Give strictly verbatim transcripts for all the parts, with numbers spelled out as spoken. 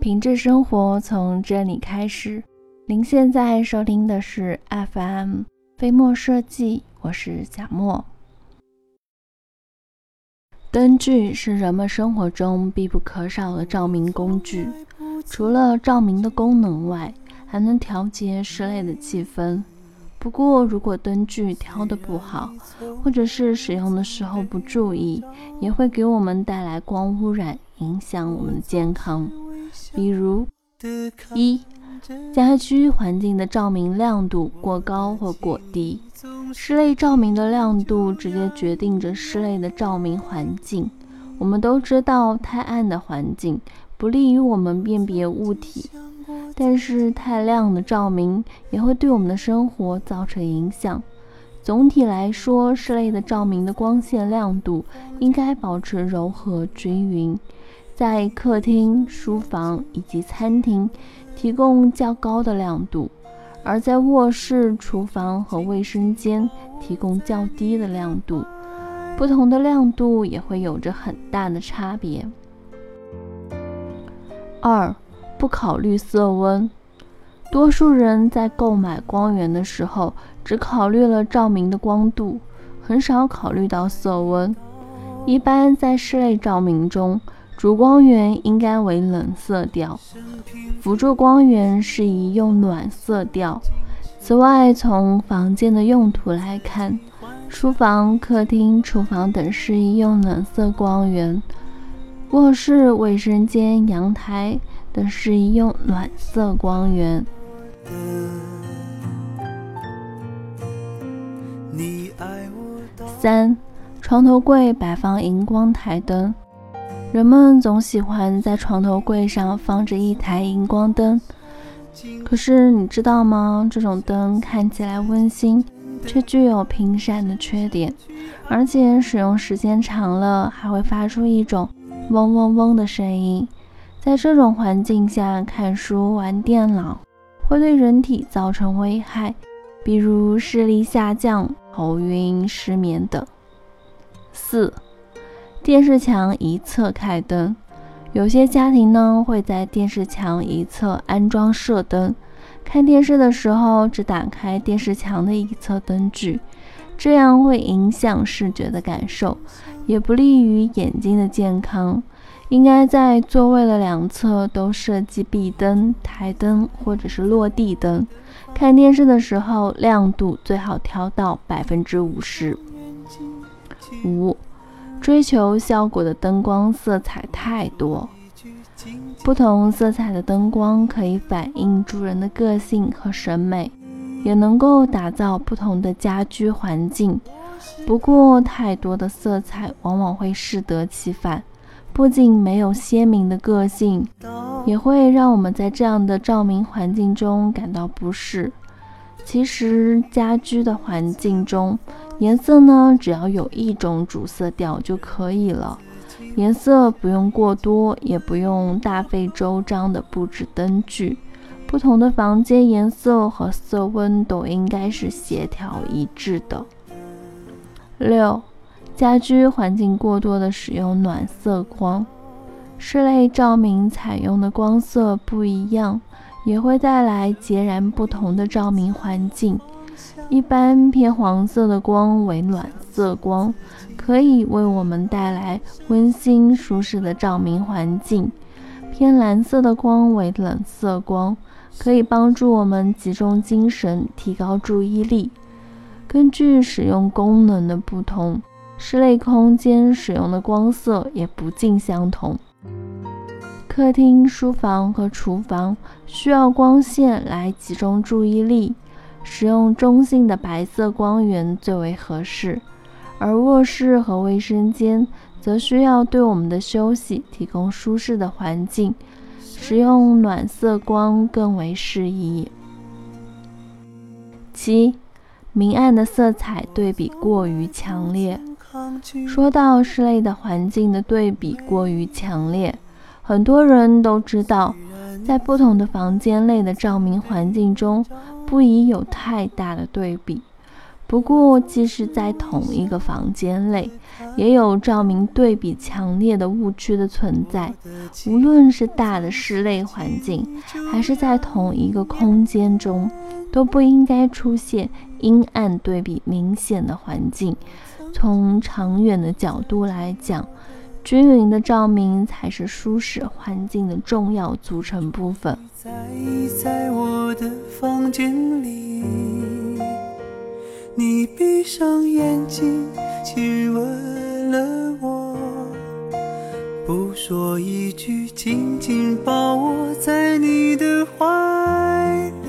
品质生活从这里开始。您现在收听的是 F M 飞墨设计，我是贾墨。灯具是人们生活中必不可少的照明工具，除了照明的功能外，还能调节室内的气氛。不过如果灯具调得不好，或者是使用的时候不注意，也会给我们带来光污染，影响我们的健康。比如一家居环境的照明亮度过高或过低。室内照明的亮度直接决定着室内的照明环境。我们都知道太暗的环境不利于我们辨别物体，但是太亮的照明也会对我们的生活造成影响。总体来说，室内的照明的光线亮度应该保持柔和均匀，在客厅、书房以及餐厅提供较高的亮度，而在卧室、厨房和卫生间提供较低的亮度。不同的亮度也会有着很大的差别。二、不考虑色温。多数人在购买光源的时候，只考虑了照明的光度，很少考虑到色温。一般在室内照明中，主光源应该为冷色调，辅助光源适宜用暖色调。此外，从房间的用途来看，书房、客厅、厨房等适宜用冷色光源，卧室、卫生间、阳台等适宜用暖色光源。三、床头柜摆放荧光台灯。人们总喜欢在床头柜上放着一台荧光灯，可是你知道吗？这种灯看起来温馨，却具有频闪的缺点，而且使用时间长了还会发出一种嗡嗡嗡的声音。在这种环境下看书、玩电脑会对人体造成危害，比如视力下降、头晕、失眠等。四、电视墙一侧开灯。有些家庭呢会在电视墙一侧安装射灯，看电视的时候只打开电视墙的一侧灯具，这样会影响视觉的感受，也不利于眼睛的健康。应该在座位的两侧都设计壁灯、台灯或者是落地灯。看电视的时候，亮度最好调到百分之五十。五、追求效果的灯光色彩太多。不同色彩的灯光可以反映主人的个性和审美，也能够打造不同的家居环境。不过，太多的色彩往往会适得其反，不仅没有鲜明的个性，也会让我们在这样的照明环境中感到不适。其实家居的环境中，颜色呢只要有一种主色调就可以了，颜色不用过多，也不用大费周章的布置灯具。不同的房间颜色和色温都应该是协调一致的。六、家居环境过多的使用暖色光。室内照明采用的光色不一样，也会带来截然不同的照明环境。一般偏黄色的光为暖色光，可以为我们带来温馨舒适的照明环境。偏蓝色的光为冷色光，可以帮助我们集中精神，提高注意力。根据使用功能的不同，室内空间使用的光色也不尽相同。客厅、书房和厨房需要光线来集中注意力，使用中性的白色光源最为合适，而卧室和卫生间则需要对我们的休息提供舒适的环境，使用暖色光更为适宜。七、明暗的色彩对比过于强烈。说到室内的环境的对比过于强烈，很多人都知道，在不同的房间内的照明环境中，不宜有太大的对比。不不过即使在同一个房间内，也有照明对比强烈的误区的存在。无论是大的室内环境，还是在同一个空间中，都不应该出现阴暗对比明显的环境。从长远的角度来讲，均匀的照明才是舒适环境的重要组成部分。 在我的房间里，你闭上眼睛亲吻了我，不说一句，紧紧抱我在你的怀里。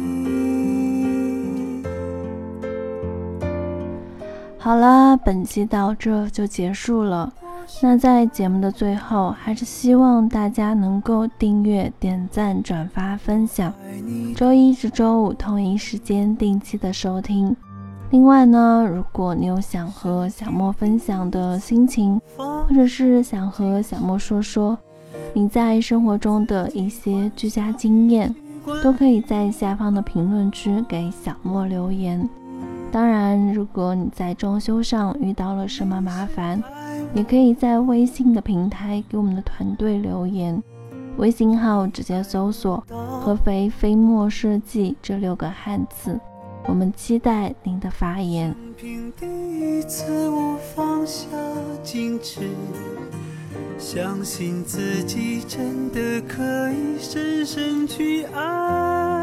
好了，本期到这就结束了。那在节目的最后，还是希望大家能够订阅、点赞、转发、分享，周一至周五同一时间定期的收听。另外呢，如果你有想和小莫分享的心情，或者是想和小莫说说你在生活中的一些居家经验，都可以在下方的评论区给小莫留言。当然，如果你在装修上遇到了什么麻烦，也可以在微信的平台给我们的团队留言，微信号直接搜索合肥飞墨设计这六个汉字，我们期待您的发言。 第一次我放下矜持，相信自己真的可以深深去爱